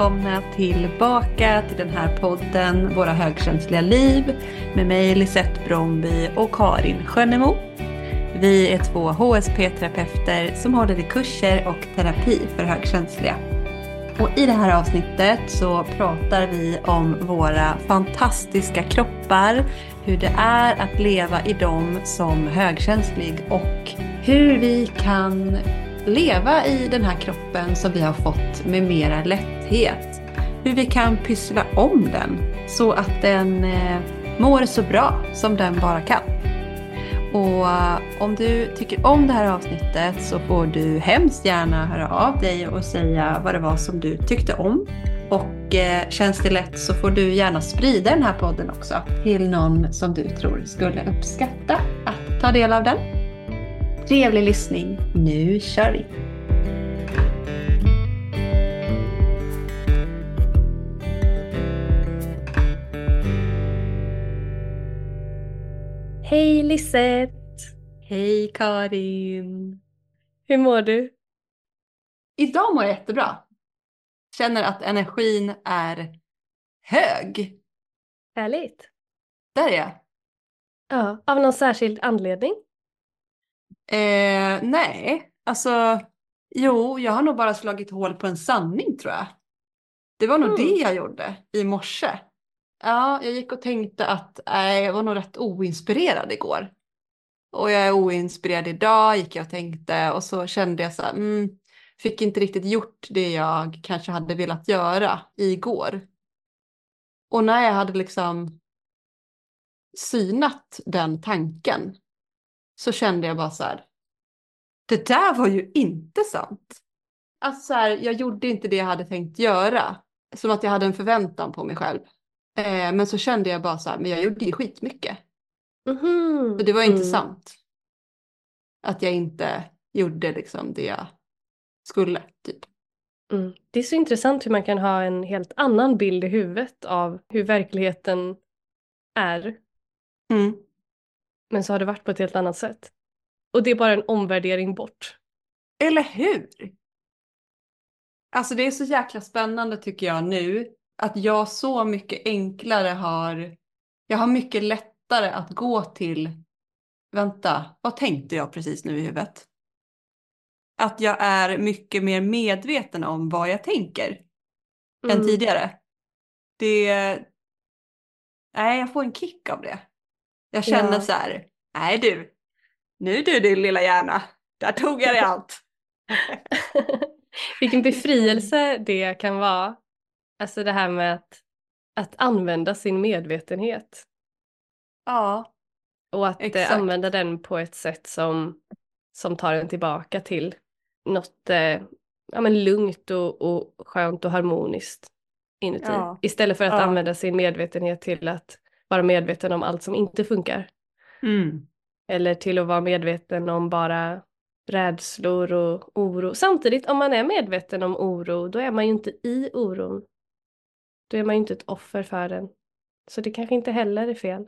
välkomna tillbaka till den här podden Våra högkänsliga liv med mig Lisette Bromby och Karin Schönnemo. Vi är 2 HSP-terapeuter som håller i kurser och terapi för högkänsliga. Och i det här avsnittet så pratar vi om våra fantastiska kroppar, hur det är att leva i dem som högkänslig och hur vi kan leva i den här kroppen som vi har fått med mera lätthet. Hur vi kan pyssla om den så att den mår så bra som den bara kan. Och om du tycker om det här avsnittet så får du hemskt gärna höra av dig och säga vad det var som du tyckte om. Och känns det lätt så får du gärna sprida den här podden också till någon som du tror skulle uppskatta att ta del av den. Trevlig lyssning, nu kör vi! Hej Lisette! Hej Karin! Hur mår du? Idag mår jag jättebra. Känner att energin är hög. Härligt! Där är jag. Ja, av någon särskild anledning? Nej, alltså jo, jag har nog bara slagit hål på en sanning tror jag. Det var nog det jag gjorde i morse. Ja, jag gick och tänkte att jag var nog rätt oinspirerad igår. Och jag är oinspirerad idag, gick jag och tänkte. Och så kände jag så här, fick inte riktigt gjort det jag kanske hade velat göra igår. Och när jag hade liksom synat den tanken så kände jag bara så här, det där var ju inte sant. Alltså så här, jag gjorde inte det jag hade tänkt göra. Som att jag hade en förväntan på mig själv. Men så kände jag bara så här, men jag gjorde ju skitmycket. Mm-hmm. Så det var inte sant. Att jag inte gjorde liksom det jag skulle, typ. Det är så intressant hur man kan ha en helt annan bild i huvudet av hur verkligheten är. Men så har det varit på ett helt annat sätt. Och det är bara en omvärdering bort. Eller hur? Alltså det är så jäkla spännande tycker jag nu. Att jag så mycket enklare jag har mycket lättare att gå till, vänta, vad tänkte jag precis nu i huvudet? Att jag är mycket mer medveten om vad jag tänker än tidigare. Nej, jag får en kick av det. Jag känner så här, nej du, nu du din lilla hjärna, där tog jag dig allt. Vilken befrielse det kan vara. Alltså det här med att använda sin medvetenhet. Ja, och att exakt. Använda den på ett sätt som tar en tillbaka till något lugnt och skönt och harmoniskt inuti. Ja. Istället för att använda sin medvetenhet till att vara medveten om allt som inte funkar. Eller till att vara medveten om bara rädslor och oro. Samtidigt om man är medveten om oro, då är man ju inte i oron. Då är man ju inte ett offer för den. Så det kanske inte heller är fel.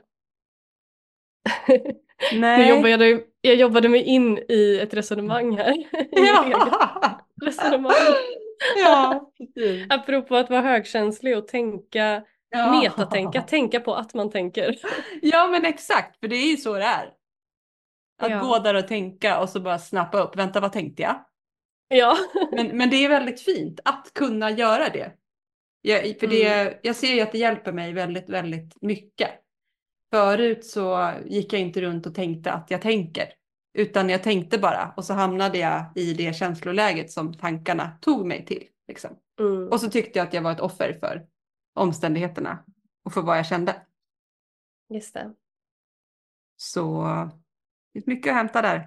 Nej. Jag jobbade mig in i ett resonemang här. Resonemang. Ja. Apropå att vara högkänslig och tänka, tänka på att man tänker. Ja men exakt, för det är ju så det är. Att gå där och tänka och så bara snappa upp, vänta vad tänkte jag? Ja. Men det är väldigt fint att kunna göra det. Jag ser ju att det hjälper mig väldigt, väldigt mycket. Förut så gick jag inte runt och tänkte att jag tänker. Utan jag tänkte bara och så hamnade jag i det känsloläget som tankarna tog mig till. Liksom. Och så tyckte jag att jag var ett offer för omständigheterna och för vad jag kände. Just det. Så det är mycket att hämta där.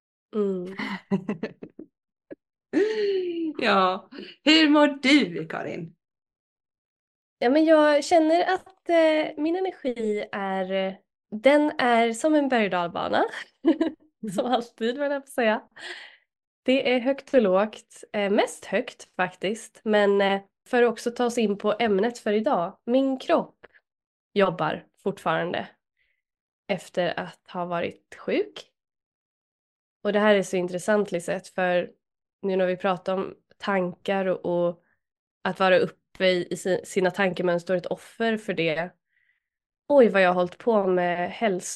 Ja, hur mår du Karin? Ja, men jag känner att min energi är som en berg- och dalbana. Som alltid vill jag säga. Det är högt och lågt, mest högt faktiskt. Men för att också ta oss in på ämnet för idag. Min kropp jobbar fortfarande efter att ha varit sjuk. Och det här är så intressant Lisette, för nu när vi pratar om tankar och att vara uppe i sina tankemönster och ett offer för det. Oj, vad jag har hållit på med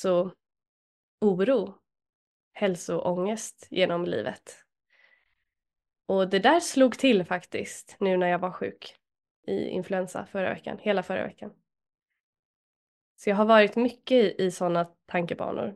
hälsoångest genom livet. Och det där slog till faktiskt nu när jag var sjuk i influensa hela förra veckan. Så jag har varit mycket i sådana tankebanor.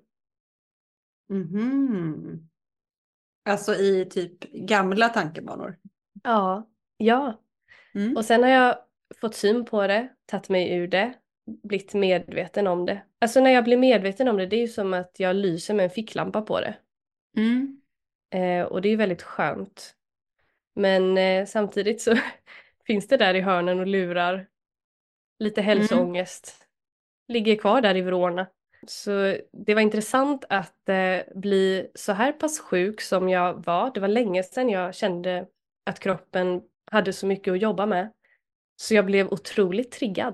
Mhm. Alltså i typ gamla tankebanor. Ja. Mm. Och sen har jag fått syn på det, tagit mig ur det, blivit medveten om det. Alltså när jag blir medveten om det, det är ju som att jag lyser med en ficklampa på det. Mm. Och det är väldigt skönt. Men samtidigt så finns det där i hörnen och lurar lite Mm. hälsoångest. Ligger kvar där i vrårna. Så det var intressant att bli så här pass sjuk som jag var. Det var länge sedan jag kände att kroppen hade så mycket att jobba med. Så jag blev otroligt triggad.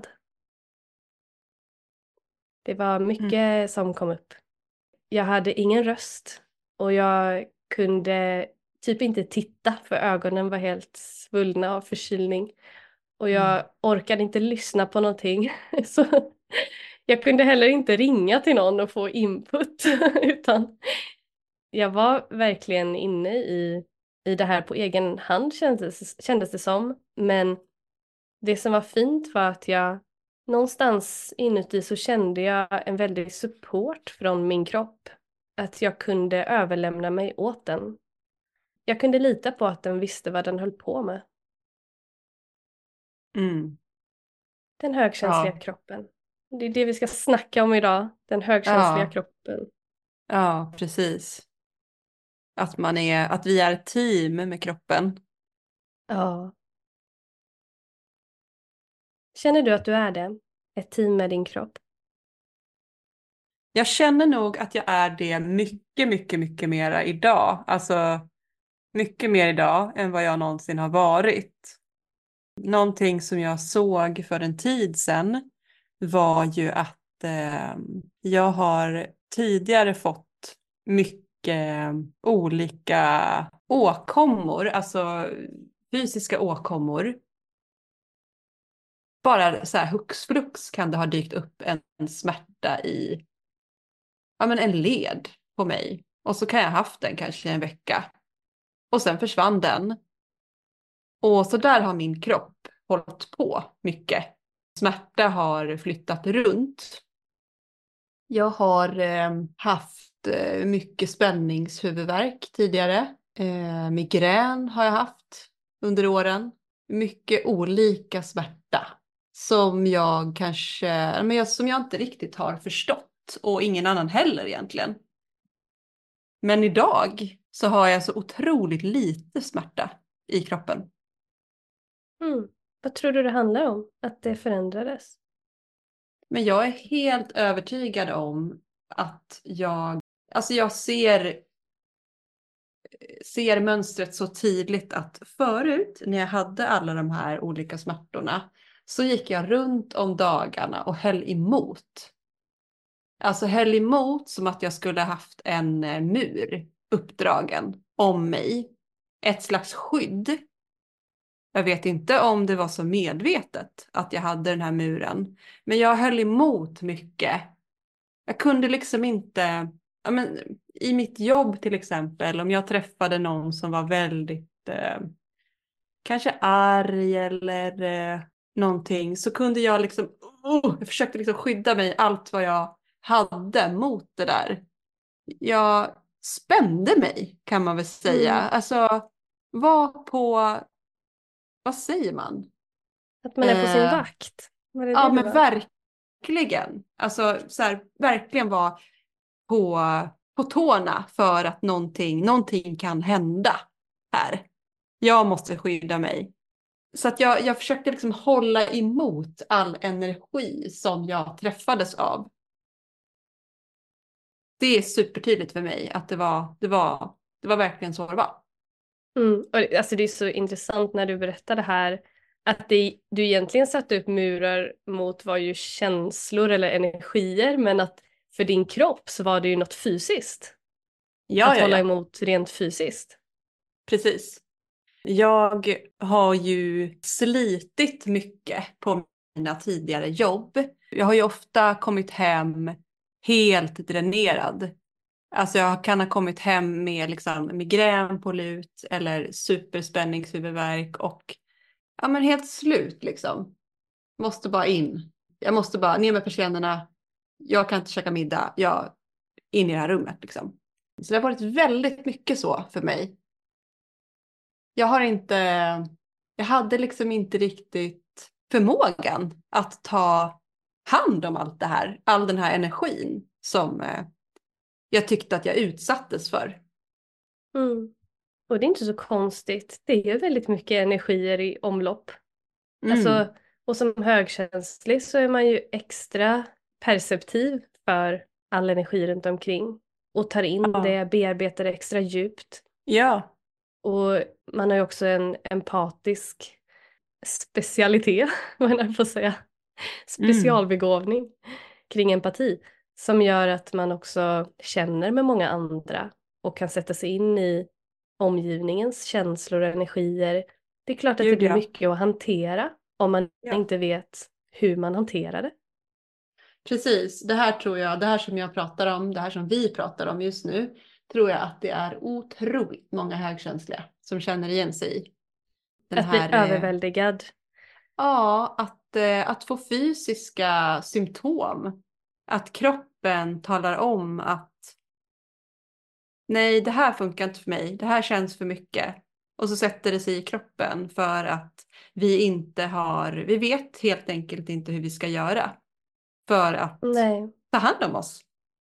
Det var Mm. mycket som kom upp. Jag hade ingen röst och jag kunde typ inte titta för ögonen var helt svullna av förkylning. Och jag orkade inte lyssna på någonting. Så jag kunde heller inte ringa till någon och få input. Utan jag var verkligen inne i det här på egen hand kändes det som. Men det som var fint var att jag någonstans inuti så kände jag en väldig support från min kropp. Att jag kunde överlämna mig åt den. Jag kunde lita på att den visste vad den höll på med. Mm. Den högkänsliga Ja. kroppen. Det är det vi ska snacka om idag. Den högkänsliga Ja. kroppen. Ja, precis. Att vi är ett team med kroppen. Ja. Känner du att du är det? Ett team med din kropp? Jag känner nog att jag är det mycket, mycket, mycket mera idag. Alltså mycket mer idag än vad jag någonsin har varit. Någonting som jag såg för en tid sedan var ju att jag har tidigare fått mycket olika åkommor, alltså fysiska åkommor. Bara så här hux flux kan det ha dykt upp en smärta i en led på mig. Och så kan jag ha haft den kanske en vecka. Och sen försvann den. Och så där har min kropp hållit på mycket. Smärta har flyttat runt. Jag har haft mycket spänningshuvudvärk tidigare. Migrän har jag haft under åren. Mycket olika smärta som jag kanske, som jag inte riktigt har förstått och ingen annan heller egentligen. Men idag så har jag så otroligt lite smärta i kroppen. Vad tror du det handlar om? Att det förändrades? Men jag är helt övertygad om att jag ser mönstret så tydligt att förut när jag hade alla de här olika smärtorna så gick jag runt om dagarna och höll emot. Alltså höll emot som att jag skulle haft en mur uppdragen om mig. Ett slags skydd. Jag vet inte om det var så medvetet att jag hade den här muren. Men jag höll emot mycket. Jag kunde liksom inte, i mitt jobb till exempel, om jag träffade någon som var väldigt kanske arg eller någonting, så kunde jag liksom, jag försökte liksom skydda mig allt vad jag hade mot det där. Jag spände mig kan man väl säga. Alltså var på, vad säger man? Att man är på sin Eh, vakt? Var det det ja du men var? verkligen. Alltså så här, verkligen vara på tårna för att någonting kan hända här. Jag måste skydda mig. Så att jag försökte liksom hålla emot all energi som jag träffades av. Det är supertydligt för mig att det var verkligen så det var. Och alltså det är så intressant när du berättar det här. Att du egentligen satte upp murar mot var ju känslor eller energier. Men att för din kropp så var det ju något fysiskt. Ja, Att ja, hålla ja. emot rent fysiskt. Precis. Jag har ju slitit mycket på mina tidigare jobb. Jag har ju ofta kommit hem helt dränerad. Alltså jag kan ha kommit hem med liksom migrän på lut eller superspänningshuvudvärk och ja men helt slut liksom. Måste bara in. Jag måste bara ner med persiennerna. Jag kan inte käka middag. Jag in i det här rummet liksom. Så det har varit väldigt mycket så för mig. Jag har inte, jag hade liksom inte riktigt förmågan att ta hand om allt det här. All den här energin som jag tyckte att jag utsattes för. Mm. Och det är inte så konstigt. Det är ju väldigt mycket energier i omlopp. Mm. Alltså, och som högkänslig så är man ju extra perceptiv för all energi runt omkring. Och tar in Ja. det, bearbetar det extra djupt. Ja. Och man har ju också en empatisk specialitet, vad man får säga. Mm. Specialbegåvning kring empati. Som gör att man också känner med många andra och kan sätta sig in i omgivningens känslor och energier. Det är klart att det Gud blir ja. mycket att hantera om man Ja. inte vet hur man hanterar det. Precis, det här tror jag, det här som jag pratar om, det här som vi pratar om just nu, tror jag att det är otroligt många högkänsliga som känner igen sig i. Den Att bli här, överväldigad. ja, att få fysiska symptom. Att kroppen talar om att nej, det här funkar inte för mig, det här känns för mycket. Och så sätter det sig i kroppen för att vi vet helt enkelt inte hur vi ska göra för att Nej, ta hand om oss.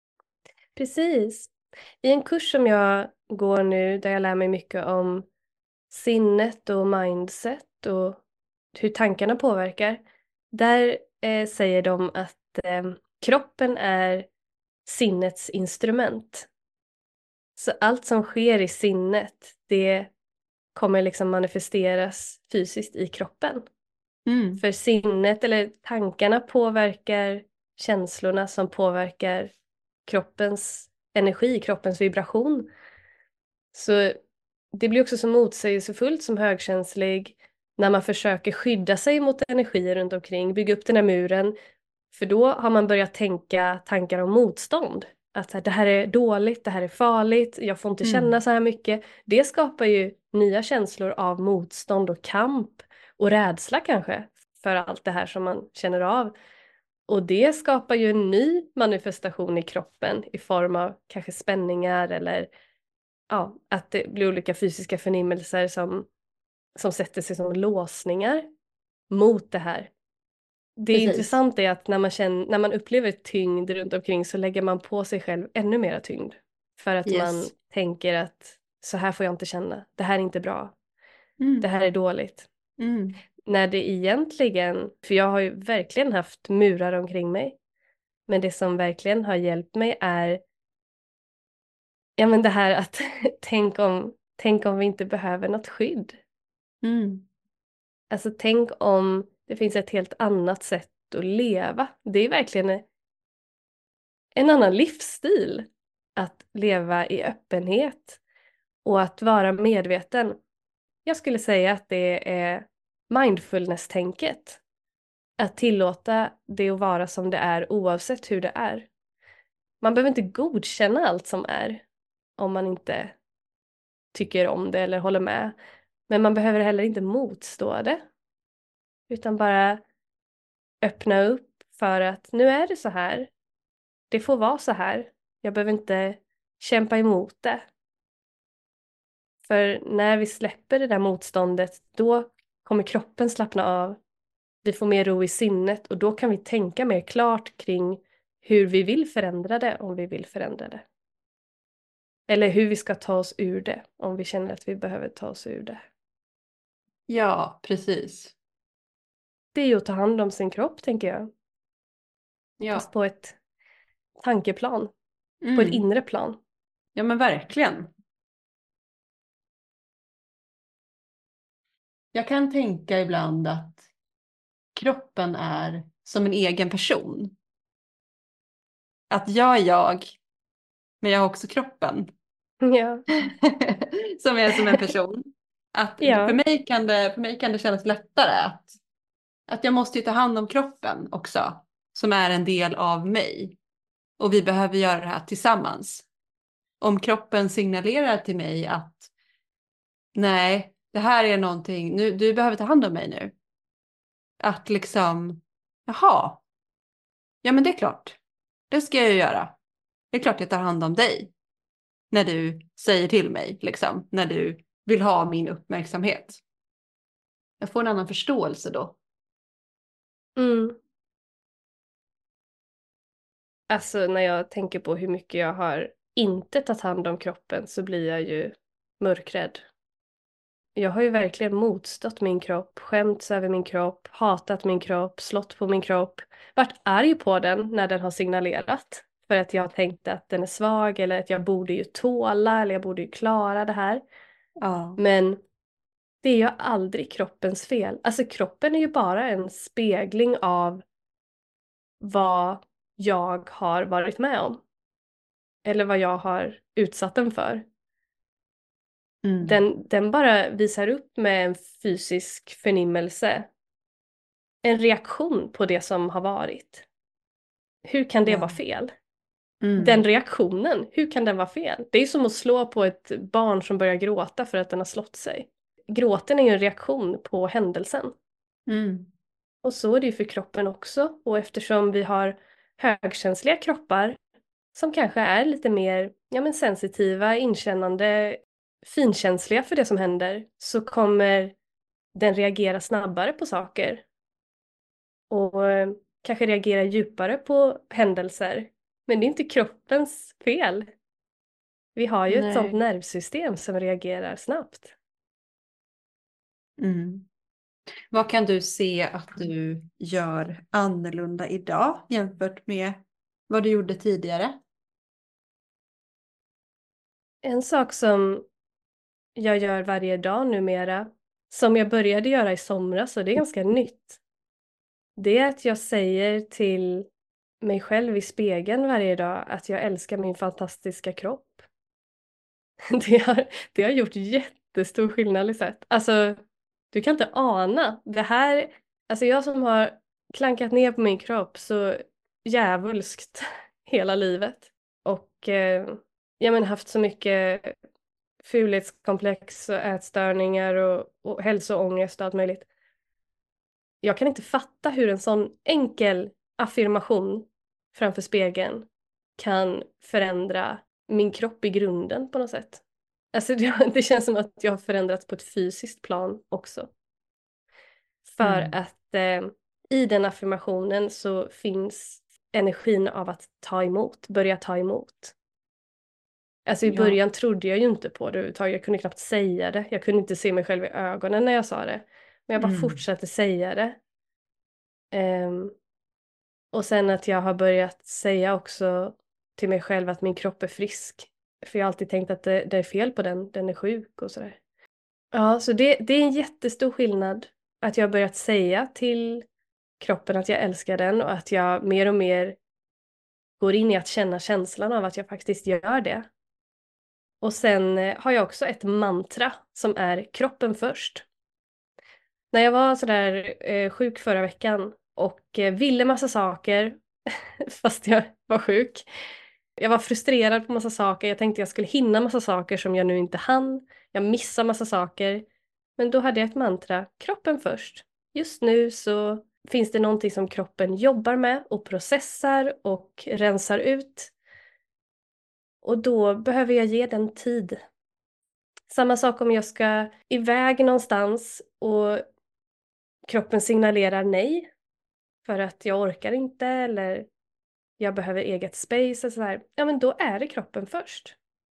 precis. I en kurs som jag går nu där jag lär mig mycket om sinnet och mindset och hur tankarna påverkar. Där säger de att kroppen är sinnets instrument. Så allt som sker i sinnet, det kommer liksom manifesteras fysiskt i kroppen. Mm. För sinnet eller tankarna påverkar känslorna som påverkar kroppens energi, kroppens vibration. Så det blir också så motsägelsefullt som högkänslig när man försöker skydda sig mot energier runt omkring, bygga upp den här muren. För då har man börjat tänka tankar om motstånd. Att så här, det här är dåligt, det här är farligt, jag får inte känna Mm. så här mycket. Det skapar ju nya känslor av motstånd och kamp och rädsla kanske för allt det här som man känner av. Och det skapar ju en ny manifestation i kroppen i form av kanske spänningar eller ja, att det blir olika fysiska förnimmelser som sätter sig som låsningar mot det här. Det Precis. intressanta är att när man upplever tyngd runt omkring så lägger man på sig själv ännu mera tyngd. För att man Yes. tänker att så här får jag inte känna, det här är inte bra, det Mm. här är dåligt. Mm. När det egentligen, för jag har ju verkligen haft murar omkring mig, men det som verkligen har hjälpt mig är ja men det här att tänk om vi inte behöver något skydd. Mm. Alltså tänk om det finns ett helt annat sätt att leva. Det är verkligen en annan livsstil att leva i öppenhet och att vara medveten. Jag skulle säga att det är mindfulness-tänket. Att tillåta det att vara som det är oavsett hur det är. Man behöver inte godkänna allt som är om man inte tycker om det eller håller med. Men man behöver heller inte motstå det. Utan bara öppna upp för att nu är det så här. Det får vara så här. Jag behöver inte kämpa emot det. För när vi släpper det där motståndet då kommer kroppen slappna av. Vi får mer ro i sinnet och då kan vi tänka mer klart kring hur vi vill förändra det om vi vill förändra det. Eller hur vi ska ta oss ur det om vi känner att vi behöver ta oss ur det. Ja, precis. Det är ju att ta hand om sin kropp tänker jag. Fast Ja. på ett tankeplan. På ett Mm. inre plan. Ja, men verkligen. Jag kan tänka ibland att kroppen är som en egen person. Att jag är jag, men jag har också kroppen. Ja. Som är som en person. Att Ja. för mig kan det kännas lättare att jag måste ju ta hand om kroppen också, som är en del av mig. Och vi behöver göra det här tillsammans. Om kroppen signalerar till mig att nej, det här är någonting, nu, du behöver ta hand om mig nu. Att liksom, jaha, ja men det är klart, det ska jag ju göra. Det är klart jag tar hand om dig när du säger till mig, liksom, när du vill ha min uppmärksamhet. Jag får en annan förståelse då. Mm. Alltså när jag tänker på hur mycket jag har inte tagit hand om kroppen så blir jag ju mörkrädd. Jag har ju verkligen motstått min kropp, skämts över min kropp, hatat min kropp, slått på min kropp, varit arg på den när den har signalerat. För att jag har tänkt att den är svag eller att jag borde ju tåla eller jag borde ju klara det här. Ja. Men det är ju aldrig kroppens fel. Alltså kroppen är ju bara en spegling av vad jag har varit med om. Eller vad jag har utsatt den för. Mm. Den bara visar upp med en fysisk förnimmelse. En reaktion på det som har varit. Hur kan det vara Ja. fel? Den Mm. reaktionen, hur kan den vara fel? Det är som att slå på ett barn som börjar gråta för att den har slått sig. Gråten är ju en reaktion på händelsen. Mm. Och så är det ju för kroppen också. Och eftersom vi har högkänsliga kroppar som kanske är lite mer sensitiva, inkännande, finkänsliga för det som händer så kommer den reagera snabbare på saker. Och kanske reagera djupare på händelser. Men det är inte kroppens fel. Vi har ju ett sånt Nej. nervsystem som reagerar snabbt. Mm. Vad kan du se att du gör annorlunda idag jämfört med vad du gjorde tidigare? En sak som jag gör varje dag numera, som jag började göra i somras och det är ganska nytt. Det är att jag säger till mig själv i spegeln varje dag att jag älskar min fantastiska kropp. Det har gjort jättestor skillnad, Lisette. Alltså, du kan inte ana. Det här, alltså jag som har klankat ner på min kropp så djävulskt hela livet. Och haft så mycket fulhetskomplex och ätstörningar och hälsoångest och allt möjligt. Jag kan inte fatta hur en sån enkel affirmation framför spegeln kan förändra min kropp i grunden på något sätt. Alltså det känns som att jag har förändrats på ett fysiskt plan också. För Mm. att i den affirmationen så finns energin av att ta emot, börja ta emot. Alltså i Ja. början trodde jag ju inte på det överhuvudtaget. Jag kunde knappt säga det. Jag kunde inte se mig själv i ögonen när jag sa det. Men jag bara Mm. fortsatte säga det. Och sen att jag har börjat säga också till mig själv att min kropp är frisk. För jag har alltid tänkt att det är fel på den är sjuk och sådär. Ja, så det är en jättestor skillnad att jag har börjat säga till kroppen att jag älskar den och att jag mer och mer går in i att känna känslan av att jag faktiskt gör det. Och sen har jag också ett mantra som är kroppen först. När jag var sådär sjuk förra veckan och ville massa saker fast jag var sjuk. Jag var frustrerad på massa saker. Jag tänkte jag skulle hinna massa saker som jag nu inte hann. Jag missade massa saker. Men då hade jag ett mantra, kroppen först. Just nu så finns det någonting som kroppen jobbar med och processar och rensar ut. Och då behöver jag ge den tid. Samma sak om jag ska iväg någonstans och kroppen signalerar nej. För att jag orkar inte eller jag behöver eget space och sådär. Ja men då är det kroppen först.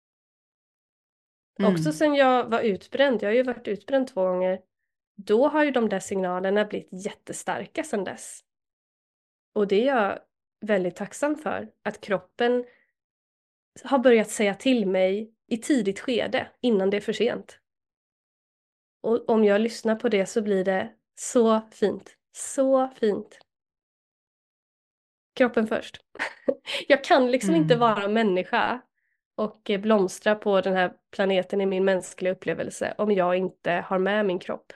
Också Mm. sen jag var utbränd, jag har ju varit utbränd 2 gånger. Då har ju de där signalerna blivit jättestarka sedan dess. Och det är jag väldigt tacksam för. Att kroppen har börjat säga till mig i tidigt skede innan det är för sent. Och om jag lyssnar på det så blir det så fint. Så fint. Kroppen först. Jag kan liksom inte Mm. vara människa och blomstra på den här planeten i min mänskliga upplevelse om jag inte har med min kropp.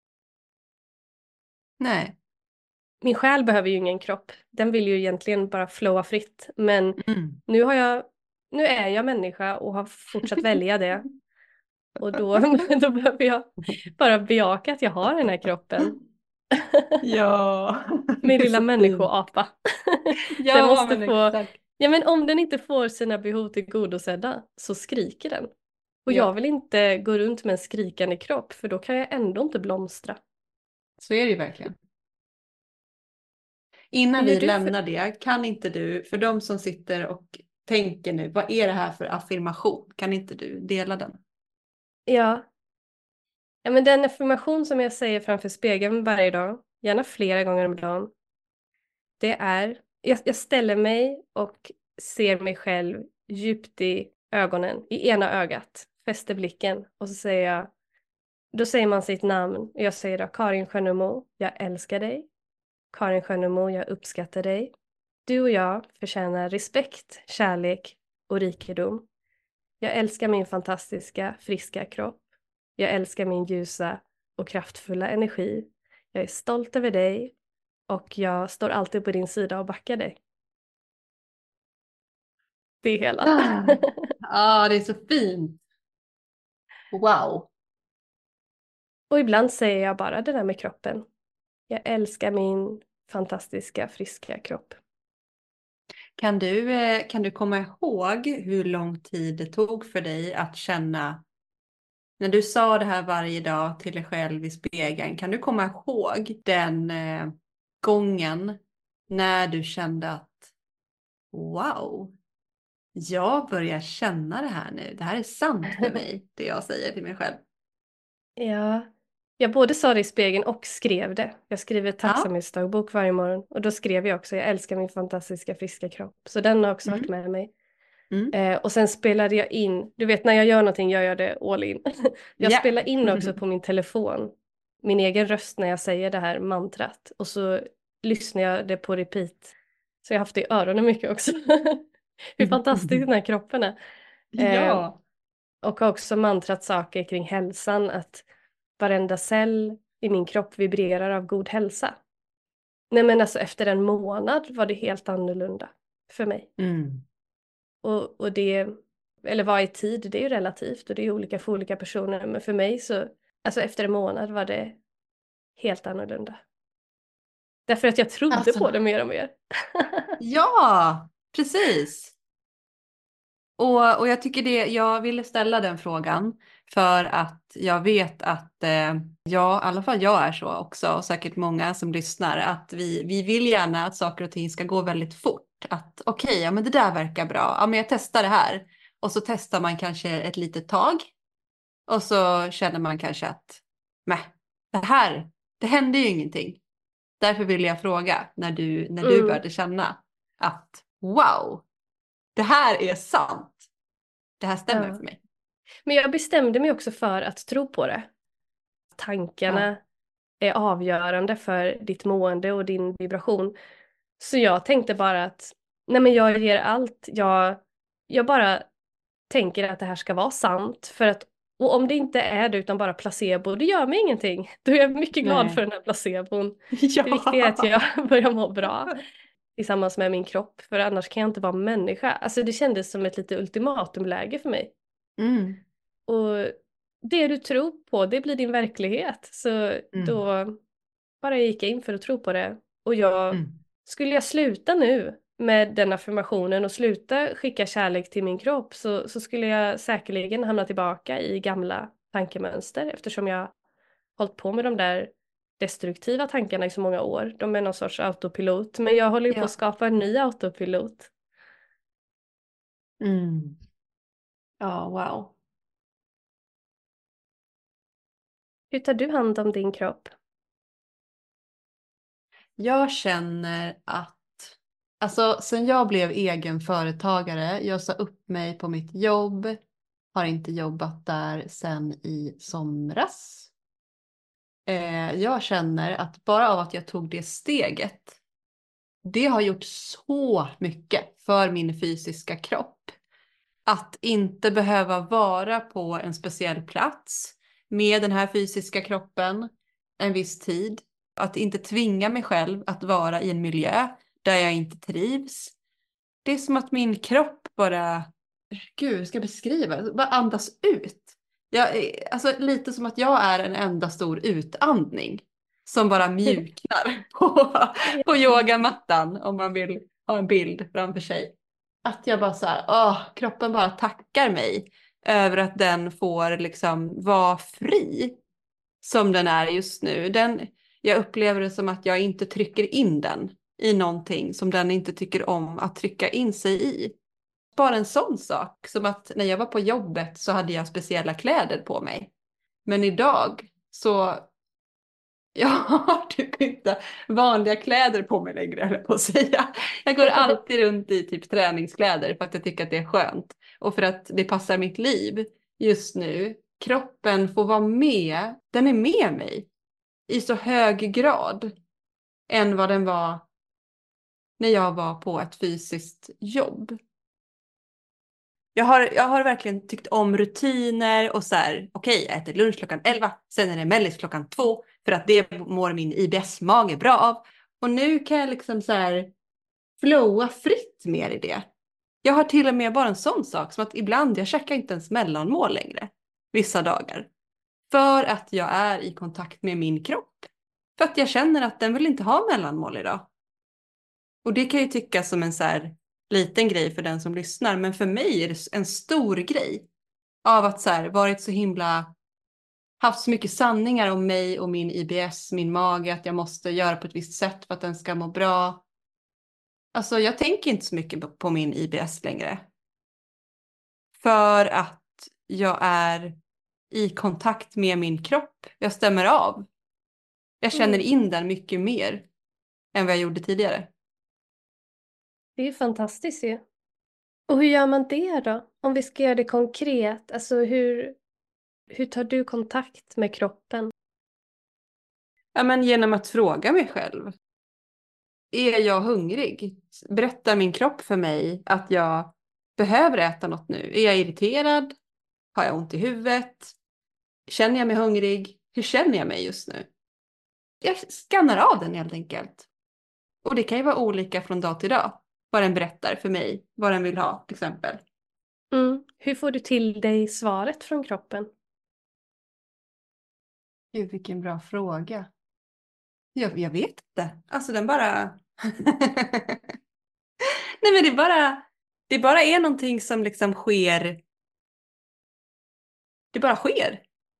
Nej. Min själ behöver ju ingen kropp. Den vill ju egentligen bara flowa fritt. Men Mm. nu är jag människa och har fortsatt välja det. Och då, då behöver jag bara bejaka att jag har den här kroppen. Ja, Min det är lilla så fint. människoapa. Den Ja, måste men få, exakt. ja men om den inte får sina behov tillgodosedda så skriker den. Och jag Ja, vill inte gå runt med en skrikande kropp för då kan jag ändå inte blomstra. så är det ju verkligen. Innan Hur gör vi du för... lämnar det, kan inte du, för de som sitter och tänker nu, vad är det här för affirmation? Kan inte du dela den? Ja. Ja men den affirmation som jag säger framför spegeln varje dag, gärna flera gånger om dagen, det är, jag ställer mig och ser mig själv djupt i ögonen, i ena ögat, fäster blicken och så säger jag, då säger man sitt namn och jag säger då Karin Schönemo, jag älskar dig. Karin Schönemo, jag uppskattar dig. Du och jag förtjänar respekt, kärlek och rikedom. Jag älskar min fantastiska, friska kropp. Jag älskar min ljusa och kraftfulla energi. Jag är stolt över dig och jag står alltid på din sida och backar dig. Det är hela. Ja, det är så fint. Wow. Och ibland säger jag bara det där med kroppen. Jag älskar min fantastiska, friska kropp. Kan du komma ihåg hur lång tid det tog för dig att känna, när du sa det här varje dag till dig själv i spegeln, kan du komma ihåg den gången när du kände att wow, jag börjar känna det här nu. Det här är sant för mig, det jag säger till mig själv. Ja, jag både sa det i spegeln och skrev det. Jag skriver ett Ja. tacksamhetsdagbok varje morgon och då skrev jag också jag älskar min fantastiska friska kropp. Så den har också varit Mm. med mig. Mm. Och sen spelade jag in, du vet när jag gör någonting gör jag det all in. Jag Ja. spelar in också på min telefon min egen röst när jag säger det här mantrat och så lyssnar jag det på repeat. Så jag har haft det i öronen mycket också. Hur fantastisk den här kroppen är. Eh, Ja. och har också mantrat saker kring hälsan, att varenda cell i min kropp vibrerar av god hälsa. Nej men alltså efter en månad var det helt annorlunda för mig. Mm. Och det, eller vad är tid, det är ju relativt och det är olika för olika personer. Men för mig så, alltså efter en månad var det helt annorlunda. Därför att jag trodde Alltså, på det mer och mer. ja, precis. Och jag tycker det, jag ville ställa den frågan för att jag vet att jag, i alla fall jag är så också och säkert många som lyssnar, att vi vill gärna att saker och ting ska gå väldigt fort. Att okej, ja men det där verkar bra, ja men jag testar det här. Och så testar man kanske ett litet tag och så känner man kanske att nej, det händer ju ingenting. Därför vill jag fråga när du Mm, började känna att wow, det här är sant. Det här stämmer ja. för mig. Men jag bestämde mig också för att tro på det. Ja. Tankarna är avgörande för ditt mående och din vibration. Så jag tänkte bara att nej men jag ger allt. Jag bara tänker att det här ska vara sant. För att, och om det inte är det utan bara placebo, det gör mig ingenting. Då är jag mycket glad för Nej. den här placebon. Det viktiga är att Ja. jag börjar må bra tillsammans med min kropp. För annars kan jag inte vara människa. Alltså det kändes som ett lite ultimatumläge för mig. Mm. Och det du tror på, det blir din verklighet. Så Mm. då bara gick jag in för att tro på det. Och jag, Mm. skulle jag sluta nu med den affirmationen och sluta skicka kärlek till min kropp så skulle jag säkerligen hamna tillbaka i gamla tankemönster eftersom jag hållit på med de där destruktiva tankarna i så många år. De är någon sorts autopilot, men jag håller ju på att Ja. skapa en ny autopilot. Mm. Ja, wow. Hur tar du hand om din kropp? Jag känner att, alltså sen jag blev egen företagare, jag sa upp mig på mitt jobb, har inte jobbat där sen i somras. Jag känner att bara av att jag tog det steget, det har gjort så mycket för min fysiska kropp. Att inte behöva vara på en speciell plats med den här fysiska kroppen en viss tid. Att inte tvinga mig själv att vara i en miljö där jag inte trivs. Det är som att min kropp bara, gud, hur ska jag beskriva det? Bara andas ut. Alltså lite som att jag är en enda stor utandning som bara mjuknar på yogamattan, om man vill ha en bild framför sig. Att jag bara så här, kroppen bara tackar mig över att den får liksom vara fri som den är just nu. Jag upplever det som att jag inte trycker in den i någonting som den inte tycker om att trycka in sig i. Bara en sån sak, som att när jag var på jobbet så hade jag speciella kläder på mig. Men idag så jag har typ inte vanliga kläder på mig längre, höll jag på att säga. Jag går alltid runt i typ träningskläder för att jag tycker att det är skönt. Och för att det passar mitt liv just nu. Kroppen får vara med, den är med mig i så hög grad än vad den var när jag var på ett fysiskt jobb. Jag har verkligen tyckt om rutiner och så här, okej, jag äter lunch klockan 11, sen är det mellis klockan 2 för att det mår min IBS-mage bra av. Och nu kan jag liksom så här flowa fritt mer i det. Jag har till och med bara en sån sak som att ibland jag checkar inte ens mellanmål längre vissa dagar. För att jag är i kontakt med min kropp. För att jag känner att den vill inte ha mellanmål idag. Och det kan ju tyckas som en så här liten grej för den som lyssnar. Men för mig är det en stor grej. Av att så här varit så himla, haft så mycket sanningar om mig och min IBS, min mage. Att jag måste göra på ett visst sätt för att den ska må bra. Alltså jag tänker inte så mycket på min IBS längre. För att jag är i kontakt med min kropp. Jag stämmer av. Jag känner in den mycket mer än vad jag gjorde tidigare. Det är ju fantastiskt ju. Och hur gör man det då? Om vi ska göra det konkret, alltså hur tar du kontakt med kroppen? Ja, men genom att fråga mig själv. Är jag hungrig? Berättar min kropp för mig att jag behöver äta något nu? Är jag irriterad? Har jag ont i huvudet? Känner jag mig hungrig? Hur känner jag mig just nu? Jag skannar av den helt enkelt. Och det kan ju vara olika från dag till dag. Vad den berättar för mig. Vad den vill ha till exempel. Hur får du till dig svaret från kroppen? Gud, vilken bra fråga. Jag vet inte. Alltså den bara... Nej, men det bara är någonting som liksom sker. Det bara sker.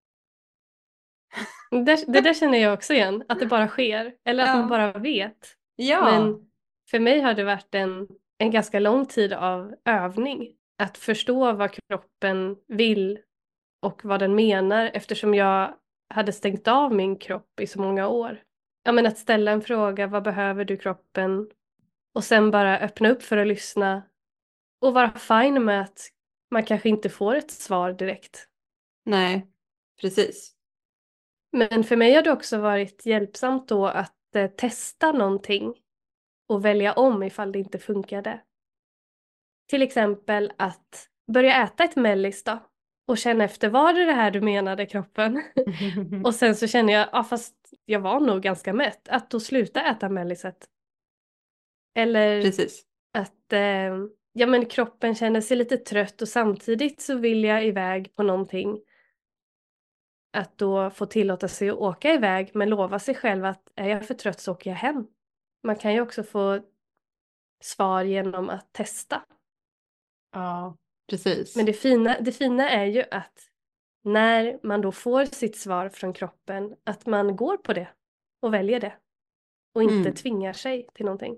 Det där känner jag också igen, att det bara sker. Eller att man bara vet. Ja. Men för mig har det varit en ganska lång tid av övning. Att förstå vad kroppen vill och vad den menar, eftersom jag hade stängt av min kropp i så många år. Ja, men att ställa en fråga, vad behöver du kroppen? Och sen bara öppna upp för att lyssna. Och vara fine med att man kanske inte får ett svar direkt. Nej, precis. Men för mig har det också varit hjälpsamt då att testa någonting och välja om ifall det inte funkade. Till exempel att börja äta ett mellis då och känna efter, var det här du menade kroppen? Och sen så känner jag, ja fast jag var nog ganska mätt, att då sluta äta melliset. Eller Precis. att ja, men kroppen känner sig lite trött och samtidigt så vill jag iväg på någonting. Att då få tillåta sig att åka iväg men lova sig själv att är jag för trött så åker jag hem. Man kan ju också få svar genom att testa. Ja, precis. Men det fina är ju att när man då får sitt svar från kroppen att man går på det och väljer det. Och inte tvingar sig till någonting.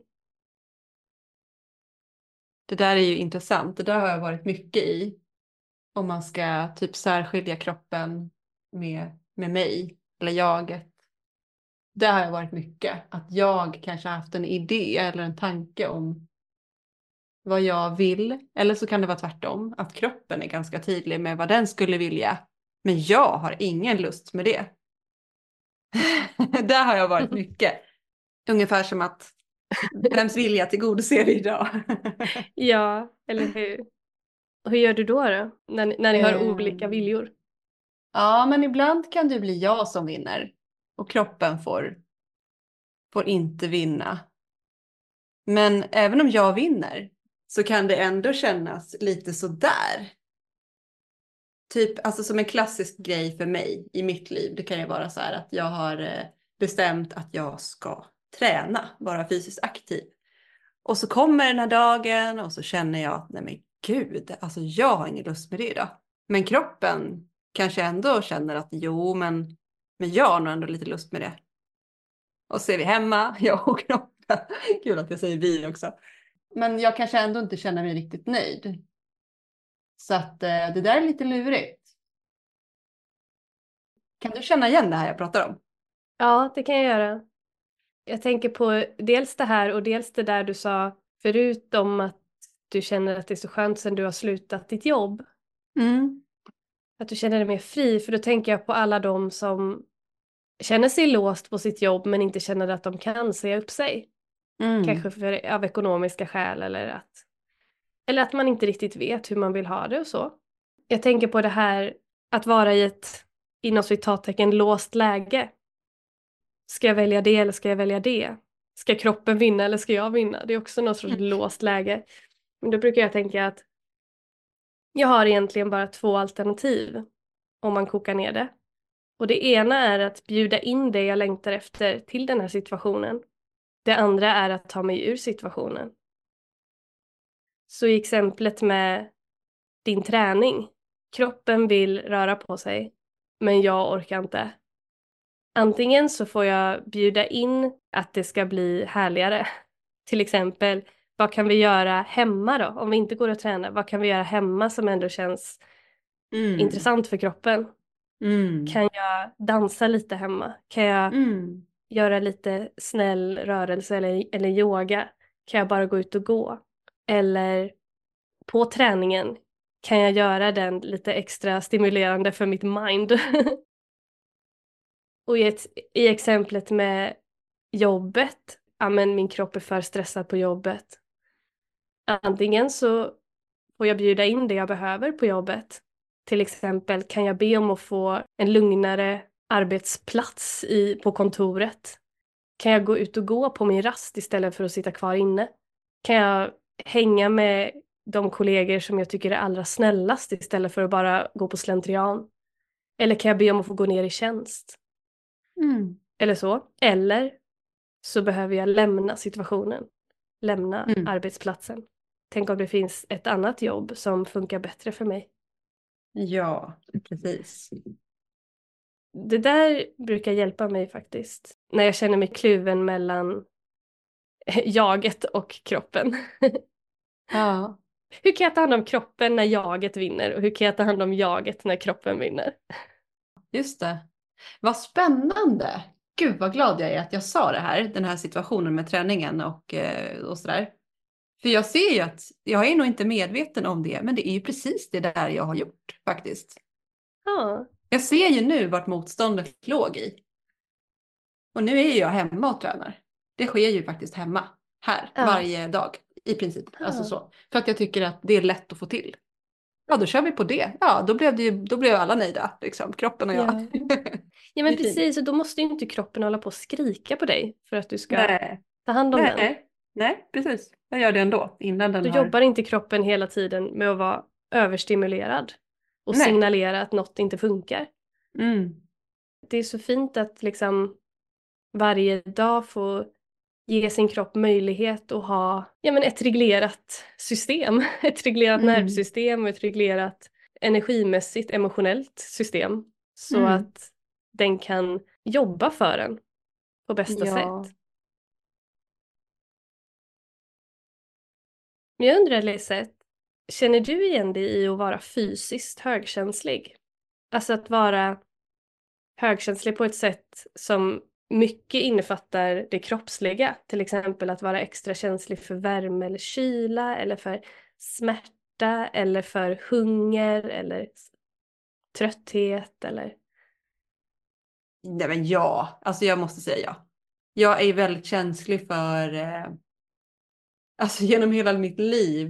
Det där är ju intressant. Det där har jag varit mycket i. Om man ska typ särskilja kroppen med mig. Eller jaget. Där har jag varit mycket. Att jag kanske har haft en idé eller en tanke om vad jag vill. Eller så kan det vara tvärtom. Att kroppen är ganska tydlig med vad den skulle vilja. Men jag har ingen lust med det. Där har jag varit mycket. Ungefär som att vems vilja tillgodoser vi idag? Ja, eller hur? Och hur gör du då? När ni har olika Ehm, viljor? Ja, men ibland kan det bli jag som vinner. Och kroppen får inte vinna. Men även om jag vinner så kan det ändå kännas lite sådär. Typ, alltså som en klassisk grej för mig i mitt liv. Det kan ju vara så här att jag har bestämt att jag ska träna, vara fysiskt aktiv. Och så kommer den här dagen och så känner jag att nej men gud, alltså jag har ingen lust med det idag. Men kroppen kanske ändå känner att jo, men jag har nog ändå lite lust med det. Och så är vi hemma, jag och kroppen. Kul att jag säger vi också. Men jag kanske ändå inte känner mig riktigt nöjd. Så att det där är lite lurigt. Kan du känna igen det här jag pratar om? Ja, det kan jag göra. Jag tänker på dels det här och dels det där du sa förut om att du känner att det är så skönt sen du har slutat ditt jobb. Mm. Att du känner dig mer fri, för då tänker jag på alla de som känner sig låst på sitt jobb men inte känner att de kan säga upp sig. Mm. Kanske av ekonomiska skäl eller att man inte riktigt vet hur man vill ha det och så. Jag tänker på det här att vara i ett inom citattecken låst läge. Ska jag välja det eller ska jag välja det? Ska kroppen vinna eller ska jag vinna? Det är också något sorts låst läge. Men då brukar jag tänka att jag har egentligen bara två alternativ om man kokar ner det. Och det ena är att bjuda in det jag längtar efter till den här situationen. Det andra är att ta mig ur situationen. Så i exemplet med din träning. Kroppen vill röra på sig, men jag orkar inte. Antingen så får jag bjuda in att det ska bli härligare. Till exempel, vad kan vi göra hemma då? Om vi inte går att träna, vad kan vi göra hemma som ändå känns Mm. intressant för kroppen? Mm. Kan jag dansa lite hemma? Kan jag Mm. göra lite snäll rörelse eller yoga? Kan jag bara gå ut och gå? Eller på träningen kan jag göra den lite extra stimulerande för mitt mind? Och i exemplet med jobbet, ja men min kropp är för stressad på jobbet. Antingen så får jag bjuda in det jag behöver på jobbet. Till exempel kan jag be om att få en lugnare arbetsplats på kontoret. Kan jag gå ut och gå på min rast istället för att sitta kvar inne? Kan jag hänga med de kollegor som jag tycker är allra snällast istället för att bara gå på slentrian? Eller kan jag be om att få gå ner i tjänst? Mm. Eller så. Eller så behöver jag lämna situationen. Lämna Mm. arbetsplatsen. Tänk om det finns ett annat jobb som funkar bättre för mig. Ja, precis. Det där brukar hjälpa mig faktiskt. När jag känner mig kluven mellan jaget och kroppen. Ja, Hur kan jag ta hand om kroppen när jaget vinner? Och hur kan jag ta hand om jaget när kroppen vinner? just det. Vad spännande. Gud vad glad jag är att jag sa det här, den här situationen med träningen och sådär. För jag ser ju att jag är nog inte medveten om det, men det är ju precis det där jag har gjort faktiskt. Ja, Jag ser ju nu vart motståndet låg i. Och nu är jag hemma och tränar. Det sker ju faktiskt hemma, här, ja, varje dag i princip. Alltså ja. så. För att jag tycker att det är lätt att få till. Ja, då kör vi på det. Ja, då blev alla nöjda, liksom, kroppen och jag. Ja. Ja Det men är fint. precis, och då måste ju inte kroppen hålla på och skrika på dig för att du ska Nej, ta hand om den. nej, precis. Jag gör det ändå innan den Då har... jobbar inte kroppen hela tiden med att vara överstimulerad och Nej. signalera att något inte funkar. Mm. Det är så fint att liksom varje dag få ge sin kropp möjlighet att ha ja, men ett reglerat system. Ett reglerat Mm. nervsystem och ett reglerat energimässigt emotionellt system. Så Mm. att den kan jobba för en på bästa Ja. sätt. Men jag undrar Lisette, känner du igen dig i att vara fysiskt högkänslig? Alltså att vara högkänslig på ett sätt som mycket innefattar det kroppsliga. Till exempel att vara extra känslig för värme eller kyla eller för smärta eller för hunger eller trötthet eller... Nej, men ja, alltså jag måste säga ja. Jag är väldigt känslig för, alltså genom hela mitt liv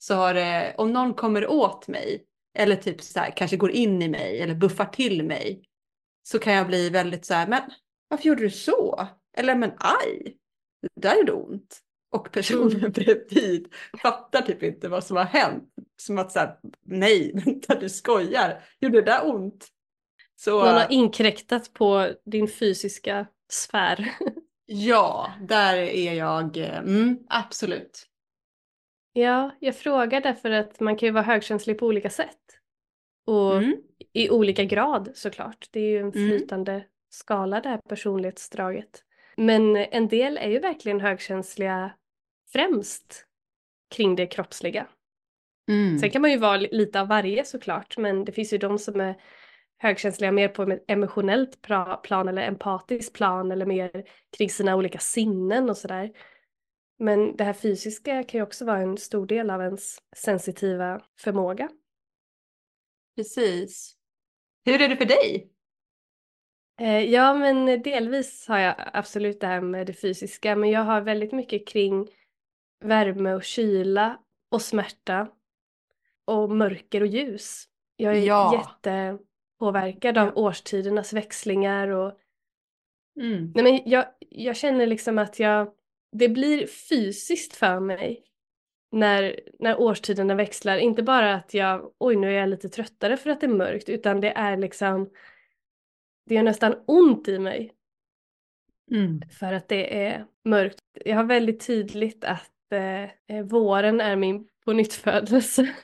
så har det, om någon kommer åt mig eller typ så här, kanske går in i mig eller buffar till mig, så kan jag bli väldigt så här, men varför gjorde du så? Eller men aj, det där gjorde ont. Och personen bredvid fattar typ inte vad som har hänt. Som att så här, nej, vänta, du skojar. Gjorde det där ont? Så Någon har inkräktat på din fysiska sfär. ja, där är jag, absolut. Ja, jag frågar därför att man kan ju vara högkänslig på olika sätt. Och Mm, i olika grad såklart. Det är ju en mm, flytande skala det här personlighetsdraget. Men en del är ju verkligen högkänsliga främst kring det kroppsliga. Sen mm. kan man ju vara lite av varje såklart, men det finns ju de som är högkänsliga mer på ett emotionellt plan eller empatiskt plan eller mer kring sina olika sinnen och sådär. Men det här fysiska kan ju också vara en stor del av ens sensitiva förmåga. Precis. Hur är det för dig? Ja, men delvis har jag absolut det här med det fysiska, men jag har väldigt mycket kring värme och kyla och smärta och mörker och ljus. Jag är Ja. jättepåverkad av Ja. årstidernas växlingar och Mm. nej, men jag känner liksom att det blir fysiskt för mig när årstiderna växlar. Inte bara att oj nu är jag lite tröttare för att det är mörkt, utan det är liksom, det är nästan ont i mig Mm. för att det är mörkt. Jag har väldigt tydligt att våren är min pånyttfödelse.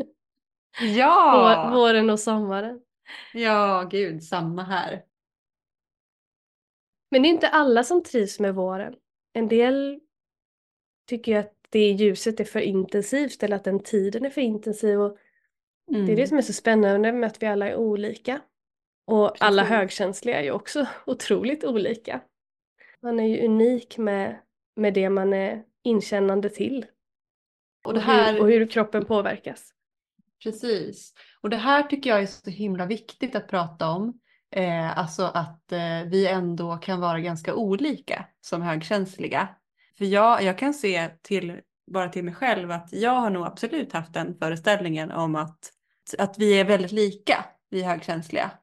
Ja. Våren och sommaren. Ja, gud, samma här. Men det är inte alla som trivs med våren. En del tycker ju att det ljuset är för intensivt eller att den tiden är för intensiv. Och det är det Mm. som är så spännande med att vi alla är olika. Och alla Precis. högkänsliga är ju också otroligt olika. Man är ju unik med det man är inkännande till. Och det Och här, hur kroppen påverkas. precis. Och det här tycker jag är så himla viktigt att prata om. Alltså att vi ändå kan vara ganska olika som högkänsliga. För jag kan se bara till mig själv att jag har nog absolut haft den föreställningen om att vi är väldigt lika, vi högkänsliga.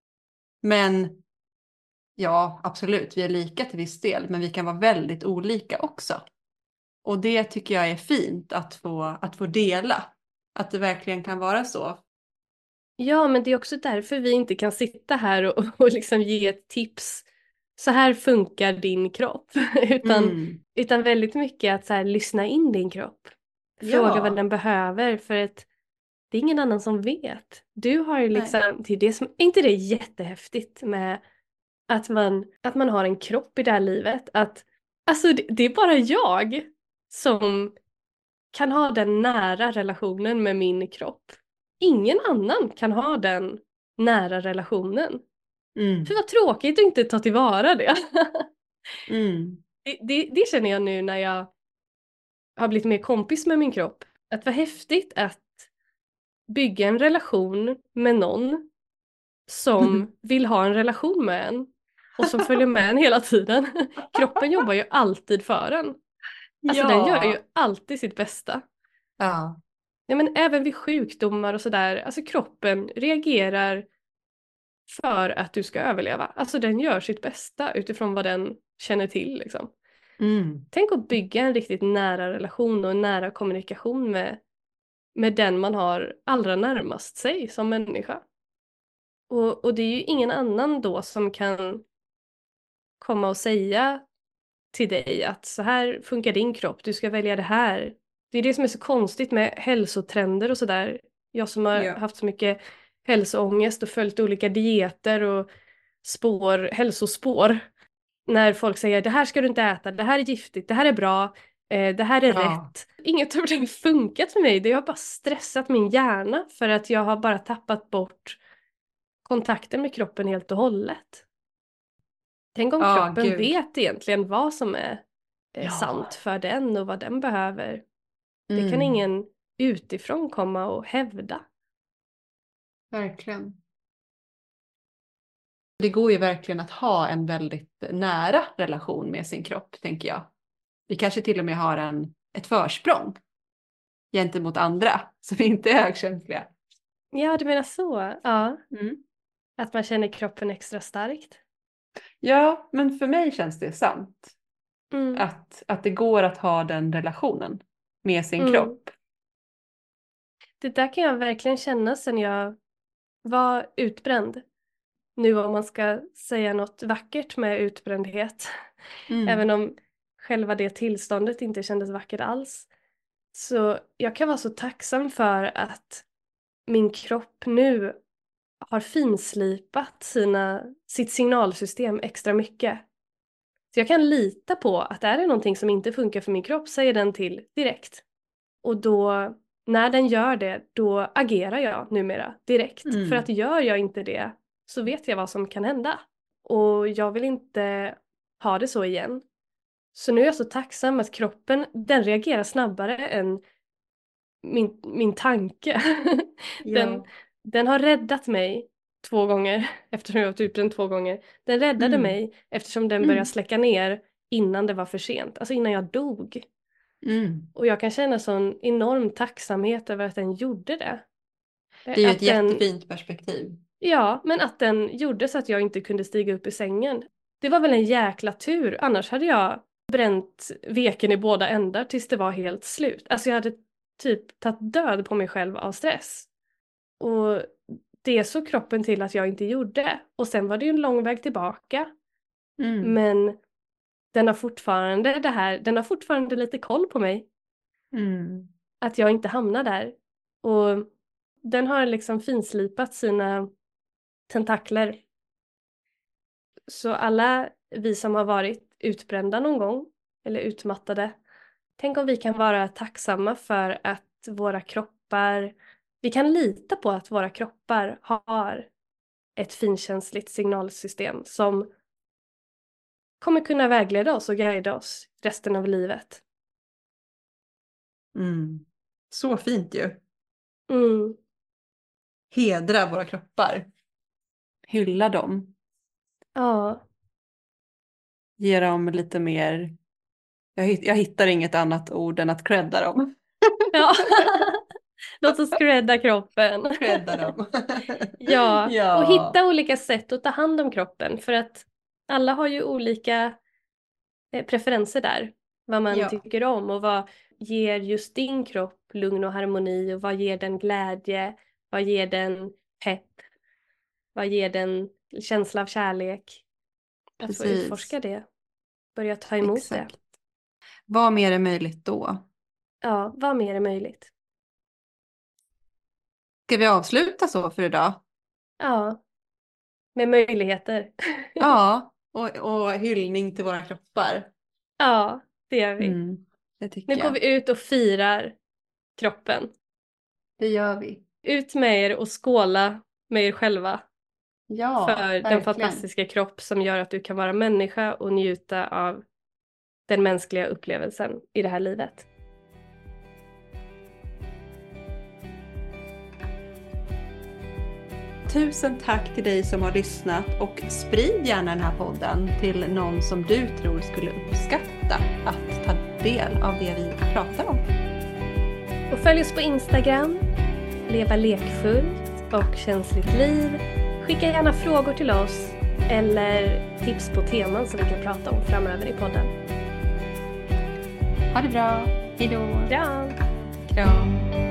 Men ja, absolut, vi är lika till viss del, men vi kan vara väldigt olika också. Och det tycker jag är fint att få dela. Att det verkligen kan vara så. Ja, men det är också därför vi inte kan sitta här och liksom ge ett tips. Så här funkar din kropp. Mm. Utan väldigt mycket att så här, lyssna in din kropp. Fråga vad Ja, den behöver för att det är ingen annan som vet. Du har ju nej. liksom, det är det som, är inte det jättehäftigt med att man har en kropp i det här livet? Att, alltså det är bara jag som kan ha den nära relationen med min kropp. Ingen annan kan ha den nära relationen. För Mm. vad tråkigt att inte ta tillvara det. Mm. Det känner jag nu när jag har blivit mer kompis med min kropp. Att vad häftigt att bygga en relation med någon som vill ha en relation med en och som följer med en hela tiden. Kroppen jobbar ju alltid för en. Alltså den gör ju Ja. alltid sitt bästa. Ja. Ja, men även vid sjukdomar och sådär, alltså kroppen reagerar för att du ska överleva. Alltså den gör sitt bästa utifrån vad den känner till liksom. Mm. Tänk att bygga en riktigt nära relation och en nära kommunikation med den man har allra närmast sig som människa. Och det är ju ingen annan då som kan komma och säga till dig att så här funkar din kropp, du ska välja det här. Det är det som är så konstigt med hälsotrender och sådär. Jag som har Ja. haft så mycket hälsoångest och följt olika dieter och hälsospår. När folk säger det här ska du inte äta, det här är giftigt, det här är bra, det här är Ja. rätt. Inget av det har funkat för mig. Det har bara stressat min hjärna för att jag har bara tappat bort kontakten med kroppen helt och hållet. Tänk om Ja, kroppen gud. vet egentligen vad som är Ja. sant för den och vad den behöver. Det kan Mm. ingen utifrån komma och hävda. Verkligen. Det går ju verkligen att ha en väldigt nära relation med sin kropp, tänker jag. Vi kanske till och med har ett försprång. gentemot andra som inte är högkänsliga. Ja, du menar så. Ja, Mm. att man känner kroppen extra starkt. Ja, men för mig känns det sant. Mm. Att det går att ha den relationen med sin Mm. kropp. Det där kan jag verkligen känna sen jag var utbränd. Nu om man ska säga något vackert med utbrändhet. Mm. Även om själva det tillståndet inte kändes vackert alls. Så jag kan vara så tacksam för att min kropp nu har finslipat sitt signalsystem extra mycket. Så jag kan lita på att är det någonting som inte funkar för min kropp säger den till direkt. Och då, när den gör det, då agerar jag numera direkt. Mm. För att gör jag inte det så vet jag vad som kan hända. Och jag vill inte ha det så igen. Så nu är jag så tacksam att kroppen, den reagerar snabbare än min tanke. Ja. Den har räddat mig 2 gånger, eftersom jag var utbränd 2 gånger. Den räddade mig eftersom den började släcka ner innan det var för sent. Alltså innan jag dog. Mm. Och jag kan känna sån enorm tacksamhet över att den gjorde det. Det är ju att ett jättefint perspektiv. Ja, men att den gjorde så att jag inte kunde stiga upp i sängen. Det var väl en jäkla tur, annars hade jag bränt veken i båda ändar tills det var helt slut. Alltså jag hade typ tagit död på mig själv av stress. Och det såg kroppen till att jag inte gjorde. Och sen var det ju en lång väg tillbaka. Mm. Men den har fortfarande lite koll på mig. Mm. Att jag inte hamnar där. Och den har liksom finslipat sina tentakler. Så alla vi som har varit utbrända någon gång, eller utmattade, tänk om vi kan vara tacksamma för att vi kan lita på att våra kroppar har ett finkänsligt signalsystem som kommer kunna vägleda oss och guida oss resten av livet. Mm. Så fint ju. Mm. Hedra våra kroppar. Hylla dem. Ja. Ge dem lite mer. Jag hittar inget annat ord än att credda dem. Ja. Låt oss credda kroppen. Credda dem. Ja. Ja. Och hitta olika sätt att ta hand om kroppen. För att alla har ju olika preferenser där. Vad man tycker om och vad ger just din kropp lugn och harmoni och vad ger den glädje, vad ger den pepp, vad ger den känsla av kärlek. Att få utforska det, börja ta emot det. Vad mer är möjligt då? Ja, vad mer är möjligt? Ska vi avsluta så för idag? Ja, med möjligheter. Ja, och hyllning till våra kroppar. Ja, det gör vi. Det tycker nu går vi ut och firar kroppen. Det gör vi. Ut med er och skåla med er själva. Ja, för verkligen. Den fantastiska kropp som gör att du kan vara människa och njuta av den mänskliga upplevelsen i det här livet. Tusen tack till dig som har lyssnat och sprid gärna den här podden till någon som du tror skulle uppskatta att ta del av det vi pratar om. Och följ oss på Instagram, leva lekfullt och känsligt liv. Skicka gärna frågor till oss eller tips på teman som vi kan prata om framöver i podden. Ha det bra, hejdå! Ja. Kram!